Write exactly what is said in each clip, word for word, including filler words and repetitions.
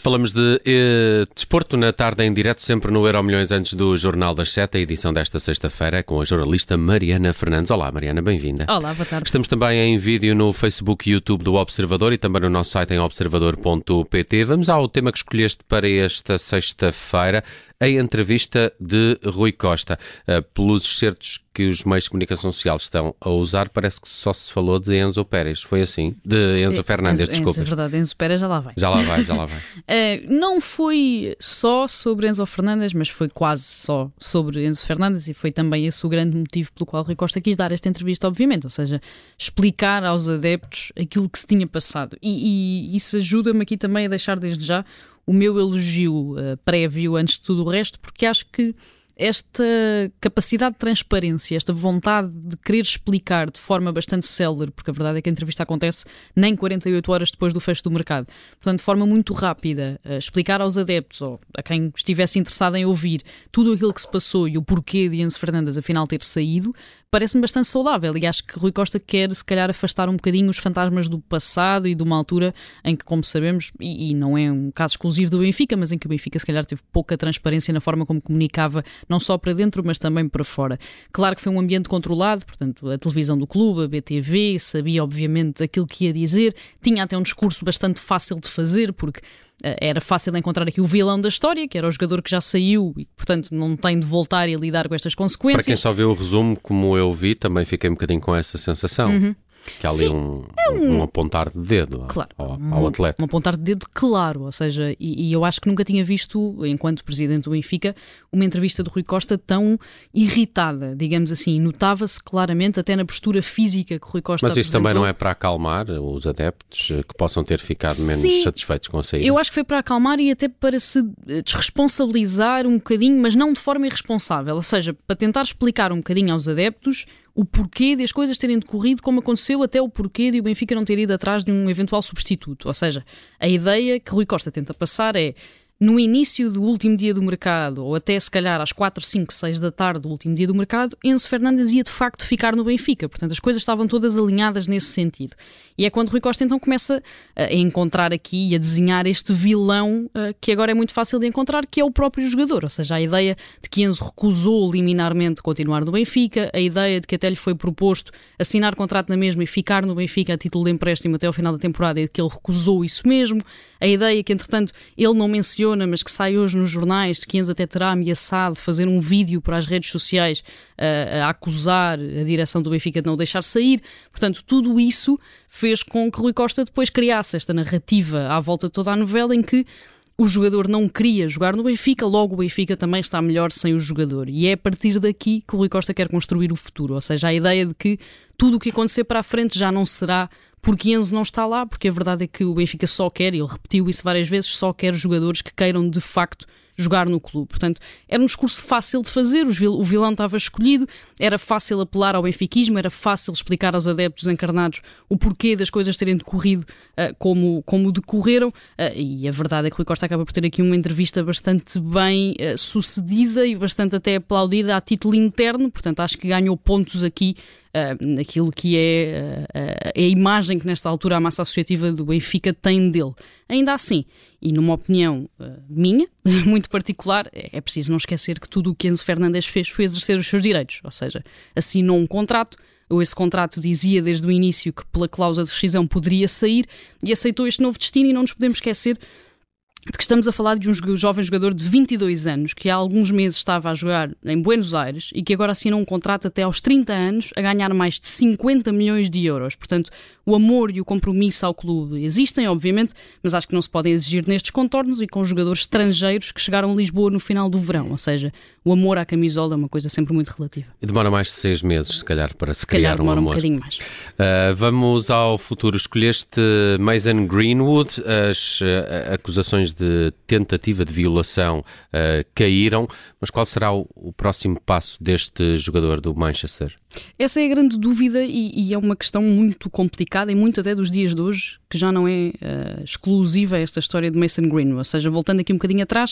Falamos de eh, desporto na tarde em direto, sempre no Euromilhões antes do Jornal das Sete, a edição desta sexta-feira, com a jornalista Mariana Fernandes. Olá, Mariana, bem-vinda. Olá, boa tarde. Estamos também em vídeo no Facebook e YouTube do Observador e também no nosso site em observador ponto pt. Vamos ao tema que escolheste para esta sexta-feira, a entrevista de Rui Costa. Uh, pelos excertos que os meios de comunicação social estão a usar, parece que só se falou de Enzo Pérez. Foi assim? De Enzo Fernandes, Enzo, desculpa. É verdade, Enzo Pérez já lá vai. Já lá vai, já lá vai. uh, não foi só sobre Enzo Fernandes, mas foi quase só sobre Enzo Fernandes, e foi também esse o grande motivo pelo qual Rui Costa quis dar esta entrevista, obviamente, ou seja, explicar aos adeptos aquilo que se tinha passado. E, e isso ajuda-me aqui também a deixar desde já o meu elogio uh, prévio antes de tudo o resto, porque acho que esta capacidade de transparência, esta vontade de querer explicar de forma bastante célere, porque a verdade é que a entrevista acontece nem quarenta e oito horas depois do fecho do mercado, portanto de forma muito rápida, uh, explicar aos adeptos ou a quem estivesse interessado em ouvir tudo aquilo que se passou e o porquê de Enzo Fernandes afinal ter saído, parece-me bastante saudável, e acho que Rui Costa quer, se calhar, afastar um bocadinho os fantasmas do passado e de uma altura em que, como sabemos, e, e não é um caso exclusivo do Benfica, mas em que o Benfica, se calhar, teve pouca transparência na forma como comunicava, não só para dentro, mas também para fora. Claro que foi um ambiente controlado, portanto, a televisão do clube, a B T V, sabia, obviamente, aquilo que ia dizer, tinha até um discurso bastante fácil de fazer, porque era fácil encontrar aqui o vilão da história, que era o jogador que já saiu e, portanto, não tem de voltar e lidar com estas consequências. Para quem só viu o resumo, como eu vi, também fiquei um bocadinho com essa sensação. Uhum. Que há ali Sim, um, é um... um apontar de dedo claro, ao, um, ao atleta. Um apontar de dedo claro, ou seja, e, e eu acho que nunca tinha visto, enquanto presidente do Benfica, uma entrevista do Rui Costa tão irritada, digamos assim. Notava-se claramente, até na postura física que o Rui Costa Mas isto apresentou. Também não é para acalmar os adeptos que possam ter ficado menos Sim, satisfeitos com a saída? Eu acho que foi para acalmar e até para se desresponsabilizar um bocadinho, mas não de forma irresponsável, ou seja, para tentar explicar um bocadinho aos adeptos o porquê das coisas terem decorrido como aconteceu, até o porquê de o Benfica não ter ido atrás de um eventual substituto. Ou seja, a ideia que Rui Costa tenta passar é, no início do último dia do mercado, ou até se calhar às quatro, cinco, seis da tarde do último dia do mercado, Enzo Fernandes ia de facto ficar no Benfica. Portanto, as coisas estavam todas alinhadas nesse sentido. E é quando Rui Costa então começa a encontrar aqui e a desenhar este vilão que agora é muito fácil de encontrar, que é o próprio jogador. Ou seja, a ideia de que Enzo recusou liminarmente continuar no Benfica, a ideia de que até lhe foi proposto assinar contrato na mesma e ficar no Benfica a título de empréstimo até ao final da temporada, e de que ele recusou isso mesmo, a ideia que entretanto ele não menciona, mas que sai hoje nos jornais, de que Enzo até terá ameaçado fazer um vídeo para as redes sociais a, a acusar a direção do Benfica de não o deixar sair. Portanto, tudo isso fez com que Rui Costa depois criasse esta narrativa à volta de toda a novela, em que o jogador não queria jogar no Benfica, logo o Benfica também está melhor sem o jogador. E é a partir daqui que o Rui Costa quer construir o futuro, ou seja, a ideia de que tudo o que acontecer para a frente já não será porque Enzo não está lá, porque a verdade é que o Benfica só quer, e ele repetiu isso várias vezes, só quer jogadores que queiram de facto jogar no clube. Portanto, era um discurso fácil de fazer, o vilão estava escolhido, era fácil apelar ao benfiquismo, era fácil explicar aos adeptos encarnados o porquê das coisas terem decorrido uh, como, como decorreram, uh, e a verdade é que Rui Costa acaba por ter aqui uma entrevista bastante bem uh, sucedida e bastante até aplaudida a título interno, portanto acho que ganhou pontos aqui uh, naquilo que é uh, uh, a imagem que nesta altura a massa associativa do Benfica tem dele. Ainda assim, e numa opinião uh, minha, muito particular, é preciso não esquecer que tudo o que Enzo Fernandes fez foi exercer os seus direitos, ou seja, assinou um contrato, ou esse contrato dizia desde o início que pela cláusula de rescisão poderia sair, e aceitou este novo destino, e não nos podemos esquecer de que estamos a falar de um jovem jogador de vinte e dois anos que há alguns meses estava a jogar em Buenos Aires e que agora assinou um contrato até aos trinta anos a ganhar mais de cinquenta milhões de euros. Portanto, o amor e o compromisso ao clube existem, obviamente, mas acho que não se podem exigir nestes contornos e com jogadores estrangeiros que chegaram a Lisboa no final do verão. Ou seja, o amor à camisola é uma coisa sempre muito relativa. E demora mais de seis meses, se calhar, para se, se criar calhar um amor. um bocadinho mais. Uh, vamos ao futuro. Escolheste Mason Greenwood. As uh, acusações de tentativa de violação uh, caíram, mas qual será o, o próximo passo deste jogador do Manchester? Essa é a grande dúvida e, e é uma questão muito complicada e muito até dos dias de hoje, que já não é uh, exclusiva esta história de Mason Greenwood. Ou seja, voltando aqui um bocadinho atrás,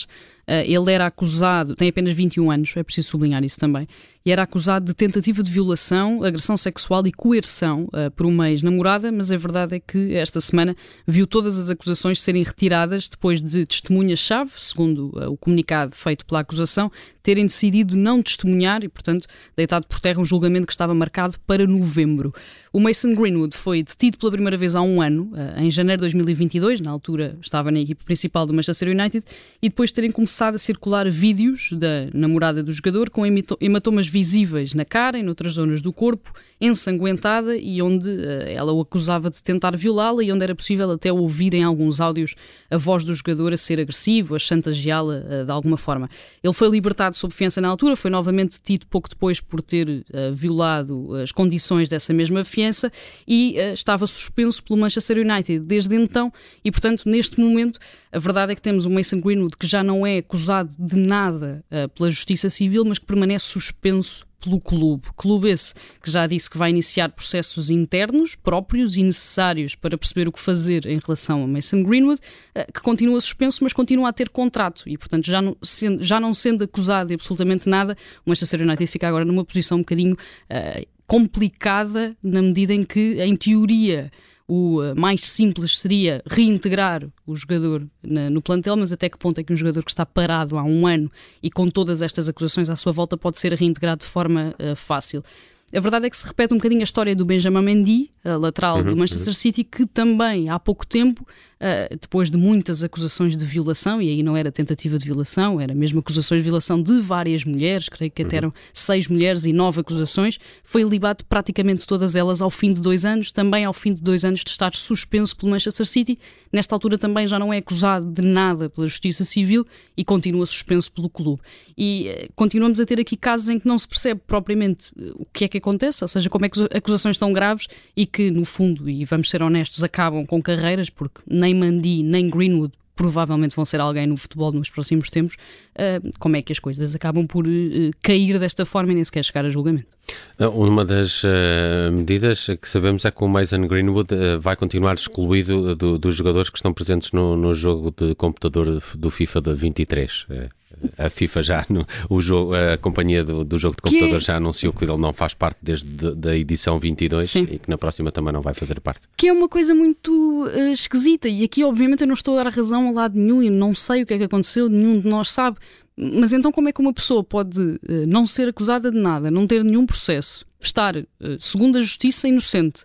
ele era acusado, tem apenas vinte e um anos, é preciso sublinhar isso também, e era acusado de tentativa de violação, agressão sexual e coerção uh, por uma ex-namorada, mas a verdade é que esta semana viu todas as acusações serem retiradas depois de testemunhas-chave, segundo uh, o comunicado feito pela acusação, terem decidido não testemunhar e, portanto, deitado por terra um julgamento que estava marcado para novembro. O Mason Greenwood foi detido pela primeira vez há um ano, uh, em janeiro de dois mil e vinte e dois, na altura estava na equipe principal do Manchester United, e depois de terem começado a circular vídeos da namorada do jogador com hematomas visíveis na cara e noutras zonas do corpo, ensanguentada, e onde uh, ela o acusava de tentar violá-la e onde era possível até ouvir em alguns áudios a voz do jogador a ser agressivo, a chantageá-la uh, de alguma forma. Ele foi libertado sob fiança na altura, foi novamente detido pouco depois por ter uh, violado as condições dessa mesma fiança e uh, estava suspenso pelo Manchester United desde então e, portanto, neste momento, a verdade é que temos o Mason Greenwood que já não é acusado de nada uh, pela Justiça Civil, mas que permanece suspenso pelo clube. Clube esse que já disse que vai iniciar processos internos próprios e necessários para perceber o que fazer em relação a Mason Greenwood, que continua suspenso, mas continua a ter contrato e, portanto, já não sendo, já não sendo acusado de absolutamente nada, o Manchester United fica agora numa posição um bocadinho uh, complicada, na medida em que, em teoria, o mais simples seria reintegrar o jogador na, no plantel, mas até que ponto é que um jogador que está parado há um ano e com todas estas acusações à sua volta pode ser reintegrado de forma uh, fácil? A verdade é que se repete um bocadinho a história do Benjamin Mendy, lateral uhum, do Manchester uhum. City, que também há pouco tempo, uh, depois de muitas acusações de violação, e aí não era tentativa de violação, era mesmo acusações de violação de várias mulheres, creio que até eram seis mulheres e nove acusações, foi libado praticamente todas elas ao fim de dois anos, também ao fim de dois anos de estar suspenso pelo Manchester City. Nesta altura também já não é acusado de nada pela Justiça Civil e continua suspenso pelo clube. E uh, continuamos a ter aqui casos em que não se percebe propriamente o que é que acontece, ou seja, como é que as acusações estão graves e que, no fundo, e vamos ser honestos, acabam com carreiras, porque nem Mendy nem Greenwood provavelmente vão ser alguém no futebol nos próximos tempos. Uh, como é que as coisas acabam por uh, cair desta forma e nem sequer chegar a julgamento? Uma das uh, medidas que sabemos é que o Mason Greenwood uh, vai continuar excluído do, dos jogadores que estão presentes no, no jogo de computador do FIFA de vinte e três. Uh, a FIFA já, no, o jogo, a companhia do, do jogo de computador que... já anunciou que ele não faz parte desde da edição vinte e dois. Sim. E que na próxima também não vai fazer parte. Que é uma coisa muito uh, esquisita, e aqui obviamente eu não estou a dar razão a lado nenhum, eu não sei o que é que aconteceu, nenhum de nós sabe. Mas então como é que uma pessoa pode uh, não ser acusada de nada, não ter nenhum processo, estar, uh, segundo a justiça, inocente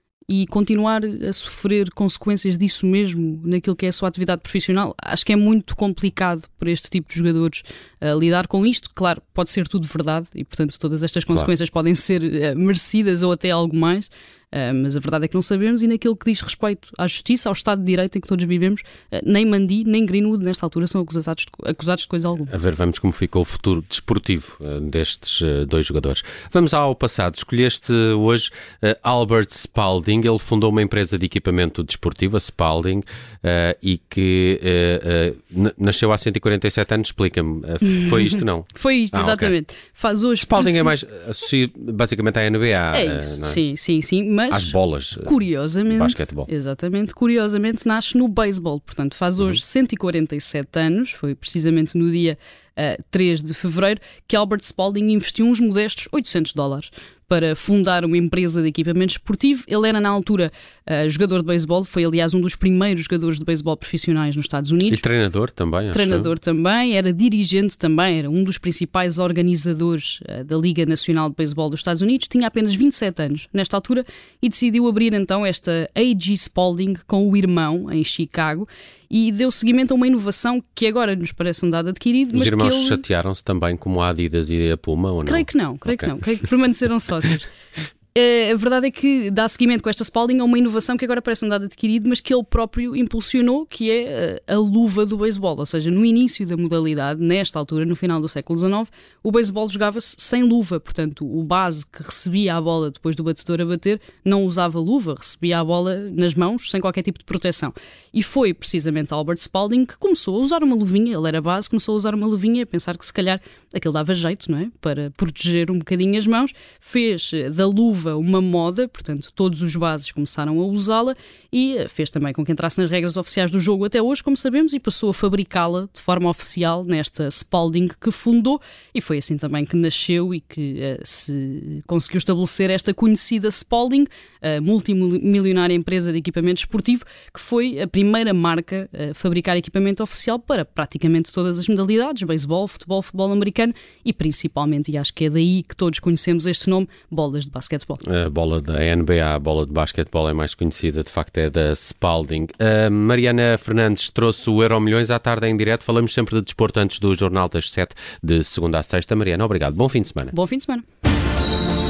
e continuar a sofrer consequências disso mesmo naquilo que é a sua atividade profissional? Acho que é muito complicado para este tipo de jogadores uh, lidar com isto. Claro, pode ser tudo verdade e, portanto, todas estas consequências claro. podem ser uh, merecidas ou até algo mais. Uh, mas a verdade é que não sabemos, e naquilo que diz respeito à justiça, ao Estado de Direito em que todos vivemos, uh, nem Mendy nem Greenwood nesta altura são acusados de, acusados de coisa alguma. A ver, vamos como ficou o futuro desportivo uh, destes uh, dois jogadores. Vamos ao passado. Escolheste hoje uh, Albert Spalding. Ele fundou uma empresa de equipamento desportivo, a Spalding, uh, e que uh, uh, nasceu há cento e quarenta e sete anos. Explica-me, uh, foi isto não? Foi isto, ah, exatamente. Okay. Faz hoje Spalding preci... é mais associado basicamente à N B A. É isso, uh, não é? sim, sim, sim. Mas às bolas, curiosamente, basquetebol. Exatamente, curiosamente nasce no beisebol, portanto faz hoje uhum. cento e quarenta e sete anos, foi precisamente no dia uh, três de fevereiro que Albert Spalding investiu uns modestos oitocentos dólares para fundar uma empresa de equipamento esportivo. Ele era na altura uh, jogador de beisebol, foi aliás um dos primeiros jogadores de beisebol profissionais nos Estados Unidos. E treinador também, acho. Treinador também, era dirigente também, era um dos principais organizadores uh, da Liga Nacional de Beisebol dos Estados Unidos, tinha apenas vinte e sete anos nesta altura e decidiu abrir então esta A G Spalding com o irmão em Chicago e deu seguimento a uma inovação que agora nos parece um dado adquirido. Os mas irmãos que ele... chatearam-se também como a Adidas e a Puma, ou não? Creio que não, creio okay. que não, creio que permaneceram sócios. A verdade é que dá seguimento com esta Spalding a uma inovação que agora parece um dado adquirido, mas que ele próprio impulsionou, que é a luva do beisebol. Ou seja, no início da modalidade, nesta altura, no final do século dezenove, o beisebol jogava-se sem luva. Portanto, o base que recebia a bola depois do batedor a bater não usava luva, recebia a bola nas mãos, sem qualquer tipo de proteção. E foi precisamente Albert Spalding que começou a usar uma luvinha, ele era base, começou a usar uma luvinha, a pensar que se calhar aquilo dava jeito, não é? Para proteger um bocadinho as mãos, fez da luva uma moda, portanto todos os bases começaram a usá-la e fez também com que entrasse nas regras oficiais do jogo até hoje, como sabemos, e passou a fabricá-la de forma oficial nesta Spalding que fundou, e foi assim também que nasceu e que uh, se conseguiu estabelecer esta conhecida Spalding, a multimilionária empresa de equipamento esportivo, que foi a primeira marca a fabricar equipamento oficial para praticamente todas as modalidades, beisebol, futebol, futebol americano e principalmente, e acho que é daí que todos conhecemos este nome, bolas de basquetebol. A bola da N B A, a bola de basquetebol é mais conhecida, de facto é da Spalding. A Mariana Fernandes trouxe o Euromilhões à tarde em direto, falamos sempre de desporto antes do Jornal das sete, de segunda a sexta. Mariana, obrigado, bom fim de semana. Bom fim de semana.